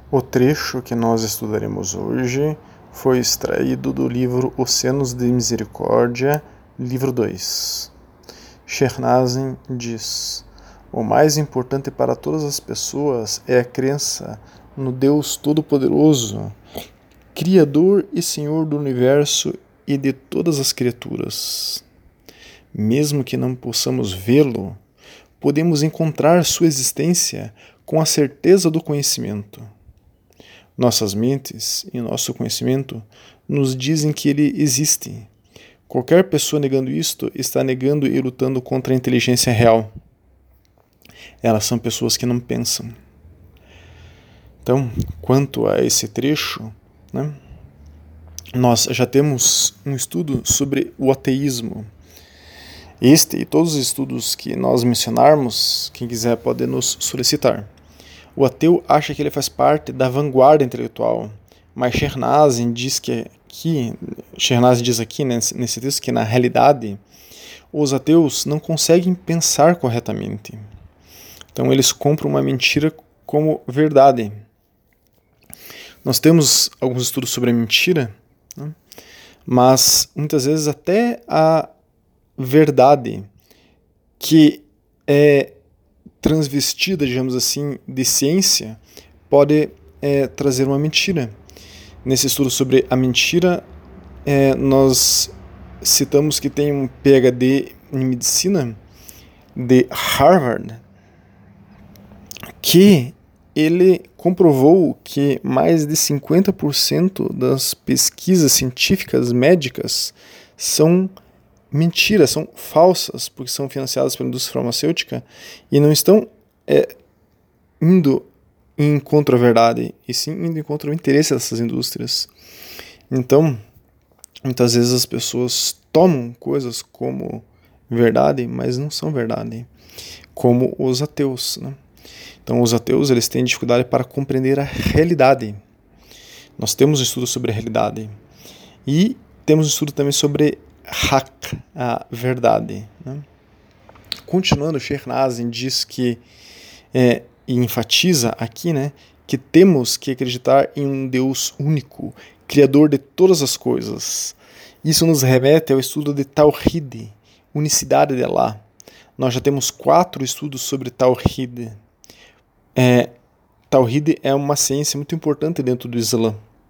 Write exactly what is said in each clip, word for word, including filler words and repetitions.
O trecho que nós estudaremos hoje foi extraído do livro Oceanos de Misericórdia, livro dois. Shernazin diz: o mais importante para todas as pessoas é a crença no Deus Todo-Poderoso, Criador e Senhor do Universo e de todas as criaturas. Mesmo que não possamos vê-lo, podemos encontrar sua existência com a certeza do conhecimento. Nossas mentes e nosso conhecimento nos dizem que ele existe. Qualquer pessoa negando isto está negando e lutando contra a inteligência real. Elas são pessoas que não pensam. Então, quanto a esse trecho, né, nós já temos um estudo sobre o ateísmo. Este e todos os estudos que nós mencionarmos, quem quiser pode nos solicitar. O ateu acha que ele faz parte da vanguarda intelectual, mas Shernazin diz que aqui, Shernazin diz aqui né, nesse texto que na realidade os ateus não conseguem pensar corretamente. Então eles compram uma mentira como verdade. Nós temos alguns estudos sobre a mentira, né, mas muitas vezes até a verdade que é transvestida, digamos assim, de ciência, pode é, trazer uma mentira. Nesse estudo sobre a mentira, é, nós citamos que tem um P H D em medicina de Harvard, que ele comprovou que mais de cinquenta por cento das pesquisas científicas médicas são mentiras, são falsas, porque são financiadas pela indústria farmacêutica e não estão é, indo em encontro à verdade, e sim indo em encontro ao interesse dessas indústrias. Então, muitas vezes as pessoas tomam coisas como verdade, mas não são verdade, como os ateus, né? Então, os ateus eles têm dificuldade para compreender a realidade. Nós temos um estudo sobre a realidade e temos um estudo também sobre Haq, a verdade, né? Continuando, Shernazin diz que é, e enfatiza aqui, né, que temos que acreditar em um Deus único, criador de todas as coisas. Isso nos remete ao estudo de Tawhid, unicidade de Allah. Nós já temos quatro estudos sobre Tawhid. É, Tawhid é uma ciência muito importante dentro do Islã.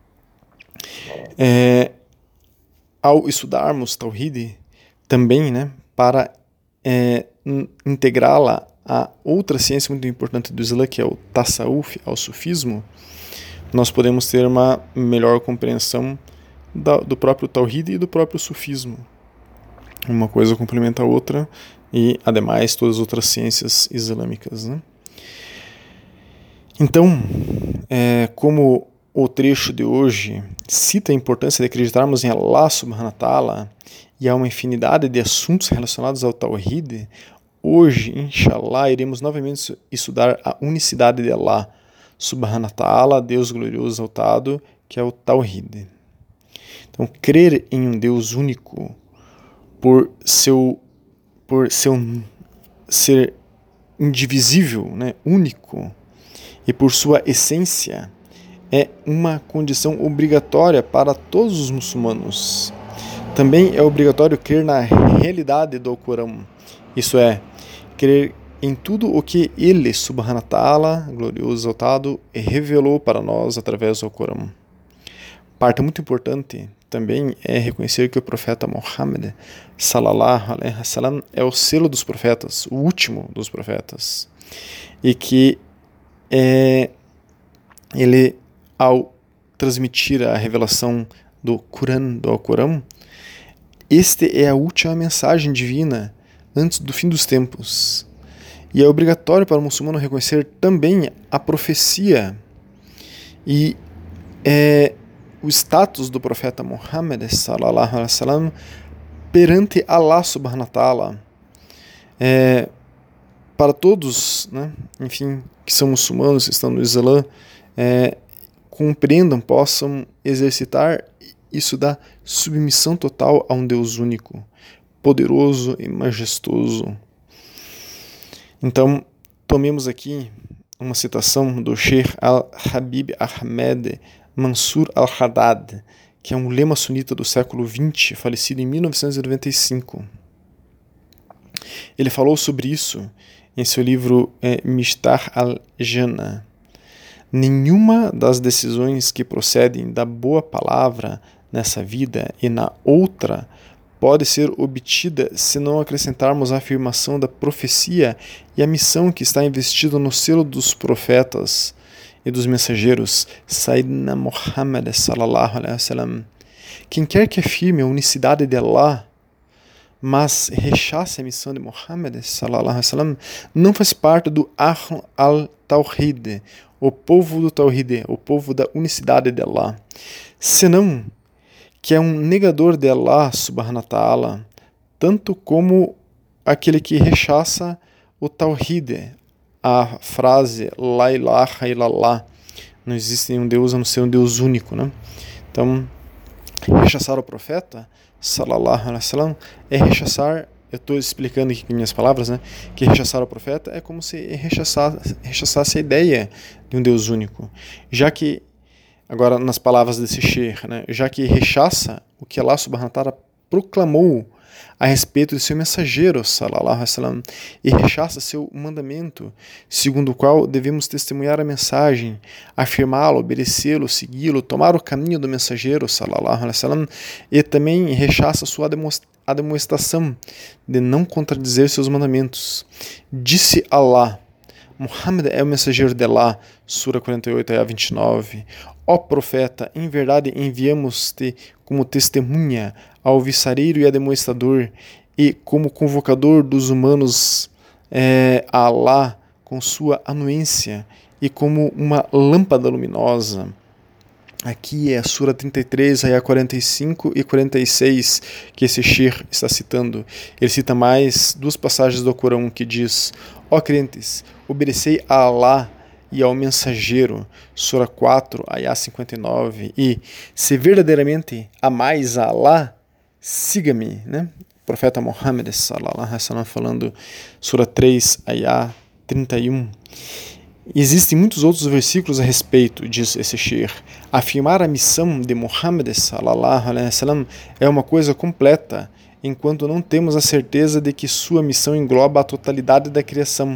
É, Ao estudarmos Tawhid, também, né, para é, integrá-la a outra ciência muito importante do Islã, que é o Tasawuf, ao sufismo, nós podemos ter uma melhor compreensão da, do próprio Tawhid e do próprio sufismo. Uma coisa complementa a outra e, ademais, todas as outras ciências islâmicas, né? Então, é, como o trecho de hoje cita a importância de acreditarmos em Allah subhanahu wa ta'ala e há uma infinidade de assuntos relacionados ao Tawhid, hoje, inshallah, iremos novamente estudar a unicidade de Allah subhanahu wa ta'ala, Deus glorioso exaltado, que é o Tawhid. Então, crer em um Deus único por seu, por seu ser indivisível, né, único, e por sua essência, é uma condição obrigatória para todos os muçulmanos. Também é obrigatório crer na realidade do Corão, isso é, crer em tudo o que ele, subhanahu wa ta'ala, glorioso exaltado, revelou para nós através do Corão. Parte muito importante também é reconhecer que o profeta Muhammad sallallahu alaihi wasallam é o selo dos profetas, o último dos profetas, e que é, ele, ao transmitir a revelação do Corão, do Alcorão, este é a última mensagem divina antes do fim dos tempos. E é obrigatório para o muçulmano reconhecer também a profecia e é, o status do profeta Muhammad sallallahu alaihi wasallam perante Allah subhanahu wa ta'ala. É, para todos, né, enfim, que são muçulmanos, que estão no Islã, é, compreendam, possam exercitar isso da submissão total a um Deus único, poderoso e majestoso. Então, tomemos aqui uma citação do Sheikh Al-Habib Ahmed Mansur Al-Haddad, que é um lema sunita do século vinte, falecido em mil novecentos e noventa e cinco. Ele falou sobre isso em seu livro é, Mistar al-Jannah. Nenhuma das decisões que procedem da boa palavra nessa vida e na outra pode ser obtida se não acrescentarmos a afirmação da profecia e a missão que está investida no selo dos profetas e dos mensageiros, Sayyidina Muhammad sallallahu alaihi wasallam. Quem quer que afirme a unicidade de Allah, mas rechace a missão de Muhammad sallallahu alaihi wasallam, não faz parte do Ahl al-Tawhid, o povo do Tawhid, o povo da unicidade de Allah, senão que é um negador de Allah subhanahu wa ta'ala, tanto como aquele que rechaça o Tawhid, a frase La ilaha illallah, não existe nenhum Deus a não ser um Deus único, né? Então, rechaçar o profeta sallallahu alaihi wasallam é rechaçar, eu estou explicando aqui com minhas palavras, né, que rechaçar o profeta é como se rechaçasse, rechaçasse a ideia de um Deus único, já que, agora nas palavras desse sheikh, né, já que rechaça o que Allah subhanahu wa ta'ala proclamou a respeito de seu mensageiro sallallahu alaihi wasallam e rechaça seu mandamento, segundo o qual devemos testemunhar a mensagem, afirmá-lo, obedecê-lo, segui-lo, tomar o caminho do mensageiro sallallahu alaihi wasallam, e também rechaça sua a demonstração de não contradizer seus mandamentos. Disse Allah: Muhammad é o mensageiro de Allah, Sura quarenta e oito, ayah vinte e nove. Ó profeta, em verdade enviamos-te como testemunha, alvissareiro e ademoestrador, e como convocador dos humanos é, a Allah com sua anuência, e como uma lâmpada luminosa. Aqui é a Sura trinta e três, ayah quarenta e cinco e quarenta e seis, que esse sheikh está citando. Ele cita mais duas passagens do Corão que diz: ó crentes, obedecei a Allah e ao mensageiro, Sura quatro, ayah cinquenta e nove, e se verdadeiramente amais a Allah, siga-me, né? O profeta Muhammad sallallahu alaihi wasallam falando, Sura três, ayah trinta e um. Existem muitos outros versículos a respeito, diz esse sheikh. Afirmar a missão de Muhammad sallallahu alaihi wasallam é uma coisa completa, enquanto não temos a certeza de que sua missão engloba a totalidade da criação.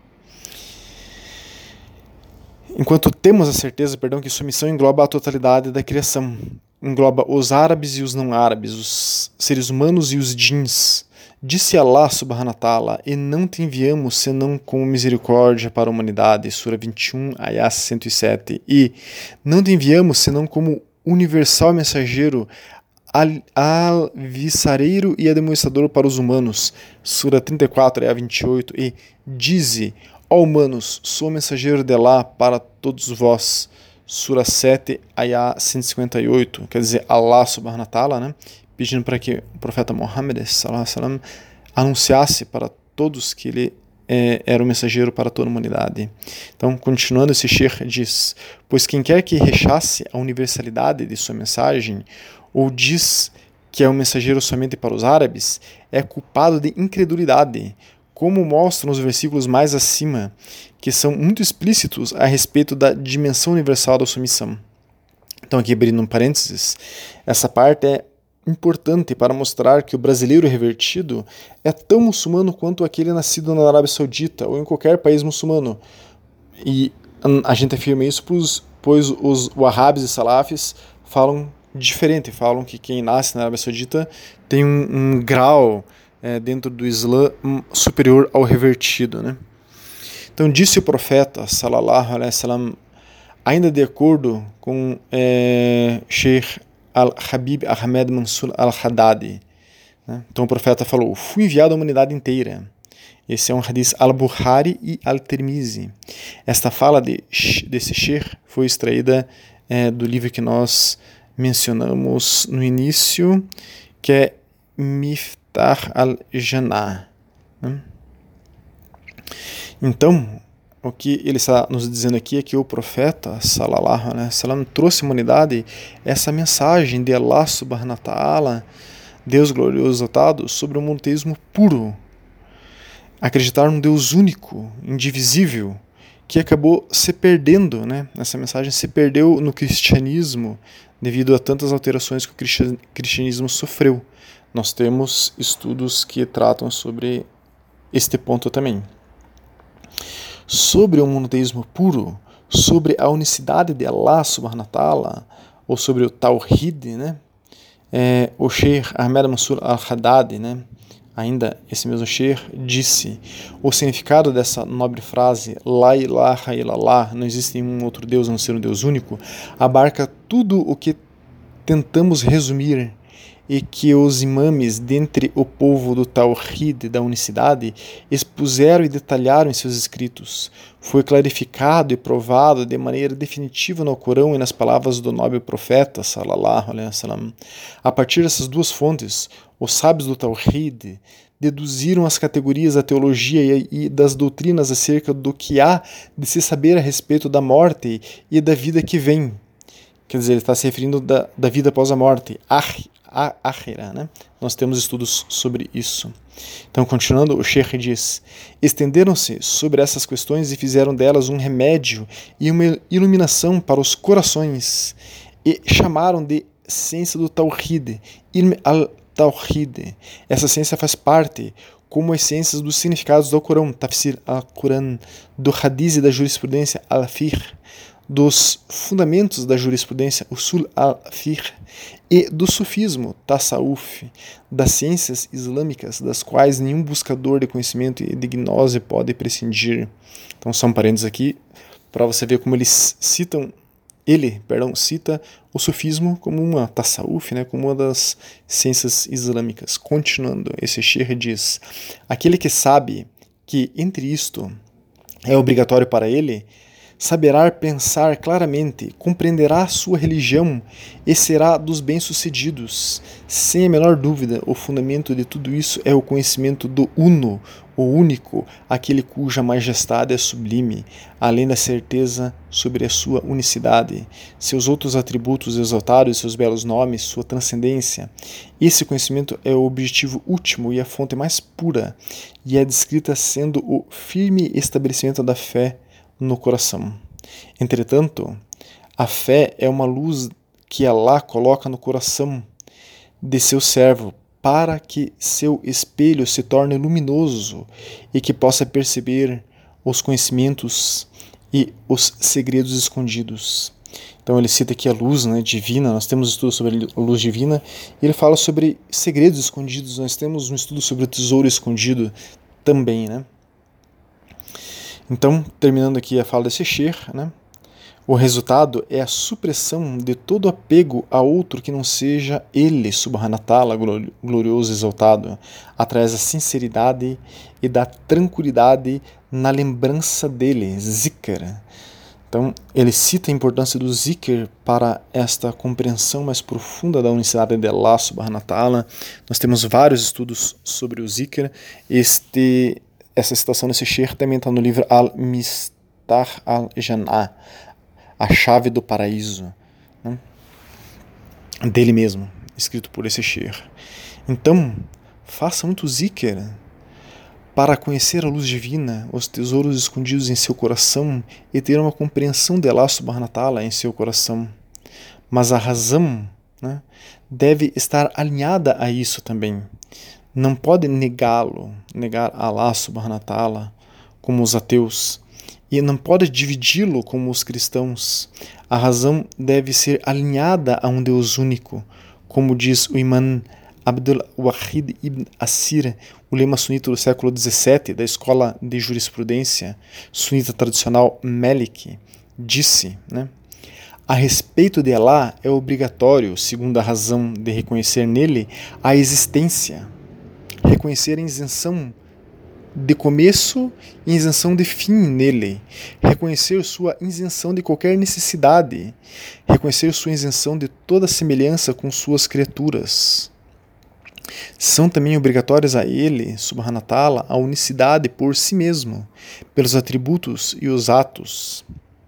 Enquanto temos a certeza, perdão, que sua missão engloba a totalidade da criação. Engloba os árabes e os não árabes, os seres humanos e os djinns. Disse Allah subhanahu wa ta'ala: e não te enviamos senão com misericórdia para a humanidade, Sura vinte e um, ayah cento e sete. E não te enviamos senão como universal mensageiro, alvissareiro e ademoestrador para os humanos, Sura trinta e quatro, ayah vinte e oito. E dize: ó humanos, sou mensageiro de Allah para todos vós, Sura sete, ayah cento e cinquenta e oito. Quer dizer, Allah subhanahu wa ta'ala, né, pedindo para que o profeta Muhammad sallallahu alaihi wasallam anunciasse para todos que ele é, era o mensageiro para toda a humanidade. Então, continuando, esse sheikh diz: pois quem quer que rechace a universalidade de sua mensagem, ou diz que é um mensageiro somente para os árabes, é culpado de incredulidade, como mostram os versículos mais acima, que são muito explícitos a respeito da dimensão universal da sua missão. Então, aqui abrindo um parênteses, essa parte é importante para mostrar que o brasileiro revertido é tão muçulmano quanto aquele nascido na Arábia Saudita ou em qualquer país muçulmano. E a gente afirma isso pois, pois os wahhabis e salafis falam diferente, falam que quem nasce na Arábia Saudita tem um, um grau é, dentro do Islã superior ao revertido, né? Então disse o profeta sallallahu alaihi wasallam, ainda de acordo com é, Sheikh Al-Habib Ahmed Mansur Al-Haddad, né? Então o profeta falou: fui enviado à humanidade inteira. Esse é um hadith Al-Bukhari e Al-Tirmizi. Esta fala de, desse sheikh foi extraída é, do livro que nós mencionamos no início, que é Mistar al-Jannah, né? Então, o que ele está nos dizendo aqui é que o profeta sallallahu alaihi wasallam trouxe à humanidade essa mensagem de Allah subhanahu wa ta'ala, Deus glorioso exaltado, sobre o monoteísmo puro. Acreditar num Deus único, indivisível, que acabou se perdendo, né? Essa mensagem se perdeu no cristianismo devido a tantas alterações que o cristianismo sofreu. Nós temos estudos que tratam sobre este ponto também. Sobre o monoteísmo puro, sobre a unicidade de Allah subhanahu wa ta'ala, ou sobre o Tawhid, né? É, o Sheikh Ahmed Mansur al-Haddad, né? Ainda esse mesmo Sheikh disse: o significado dessa nobre frase, La ilaha illallah, não existe nenhum outro Deus a não ser um Deus único, abarca tudo o que tentamos resumir e que os imames dentre o povo do Tawhid, da unicidade, expuseram e detalharam em seus escritos. Foi clarificado e provado de maneira definitiva no Corão e nas palavras do nobre profeta, sallallahu alaihi wasallam. A partir dessas duas fontes, os sábios do Tawhid deduziram as categorias da teologia e das doutrinas acerca do que há de se saber a respeito da morte e da vida que vem. Quer dizer, ele está se referindo da, da vida após a morte, a Akhira, né? Nós temos estudos sobre isso. Então, continuando, o Sheikh diz: estenderam-se sobre essas questões e fizeram delas um remédio e uma iluminação para os corações, e chamaram de ciência do Tawhid, Ilm al-Tawhid. Essa ciência faz parte, como as ciências dos significados do Corão, Tafsir al-Quran, do Hadith e da jurisprudência al-Fiqh, dos fundamentos da jurisprudência, Usul al-Fiqh, e do sufismo, Tasawuf, das ciências islâmicas, das quais nenhum buscador de conhecimento e de gnose pode prescindir. Então, são parênteses aqui, para você ver como eles citam, ele, perdão, cita o sufismo como uma Tasawuf, né, como uma das ciências islâmicas. Continuando, esse Sheikh diz: aquele que sabe que entre isto é obrigatório para ele, saberá pensar claramente, compreenderá a sua religião e será dos bem-sucedidos. Sem a menor dúvida, o fundamento de tudo isso é o conhecimento do Uno, o único, aquele cuja majestade é sublime, além da certeza sobre a sua unicidade, seus outros atributos exaltados, seus belos nomes, sua transcendência. Esse conhecimento é o objetivo último e a fonte mais pura, e é descrita sendo o firme estabelecimento da fé no coração. Entretanto, a fé é uma luz que Allah coloca no coração de seu servo para que seu espelho se torne luminoso e que possa perceber os conhecimentos e os segredos escondidos. Então ele cita aqui a luz, né, divina. Nós temos um estudo sobre a luz divina e ele fala sobre segredos escondidos. Nós temos um estudo sobre o tesouro escondido também, né? Então, terminando aqui a fala desse Sheikh, né, o resultado é a supressão de todo apego a outro que não seja ele, subhanahu wa ta'ala, glorioso e exaltado, através da sinceridade e da tranquilidade na lembrança dele, zikr. Então, ele cita a importância do zikr para esta compreensão mais profunda da unicidade de Allah, subhanahu wa ta'ala. Nós temos vários estudos sobre o zikr. Este... Essa citação desse Sheikh também está no livro Al-Mistah al-Jannah, A Chave do Paraíso, né? Dele mesmo, escrito por esse Sheikh. Então, faça muito zikr para conhecer a luz divina, os tesouros escondidos em seu coração e ter uma compreensão de Allah subhanahu wa ta'ala em seu coração. Mas a razão, né, deve estar alinhada a isso também. Não pode negá-lo, negar Allah subhanahu wa ta'ala como os ateus, e não pode dividi-lo como os cristãos. A razão deve ser alinhada a um Deus único, como diz o imã Abdul Wahid ibn Asir, o lema sunita do século dezessete da escola de jurisprudência sunita tradicional Malik, disse, né, a respeito de Allah é obrigatório, segundo a razão de reconhecer nele a existência, reconhecer a isenção de começo e isenção de fim nele, reconhecer sua isenção de qualquer necessidade, reconhecer sua isenção de toda semelhança com suas criaturas. São também obrigatórias a ele, subhanahu wa ta'ala, a unicidade por si mesmo, pelos atributos e os atos,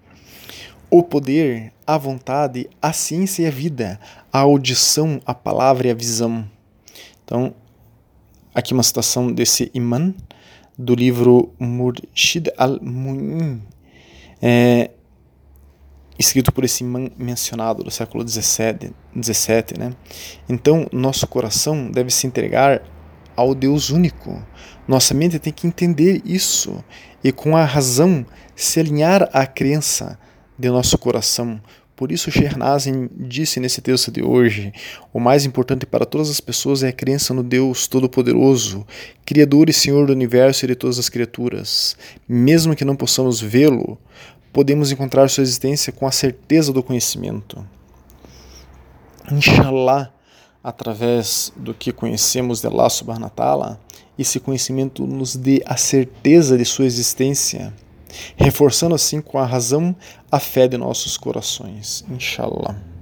o poder, a vontade, a ciência e a vida, a audição, a palavra e a visão. Então, aqui uma citação desse imã do livro Murshid al-Mu'in, é, escrito por esse imã mencionado do século dezessete, né? Então, nosso coração deve se entregar ao Deus único. Nossa mente tem que entender isso e, com a razão, se alinhar à crença de nosso coração. Por isso, Sheikh Nazim disse nesse texto de hoje: o mais importante para todas as pessoas é a crença no Deus Todo-Poderoso, Criador e Senhor do Universo e de todas as criaturas. Mesmo que não possamos vê-lo, podemos encontrar sua existência com a certeza do conhecimento. Inshallah, através do que conhecemos de Allah subhanahu wa ta'ala, esse conhecimento nos dê a certeza de sua existência, reforçando assim com a razão a fé de nossos corações. Inshallah.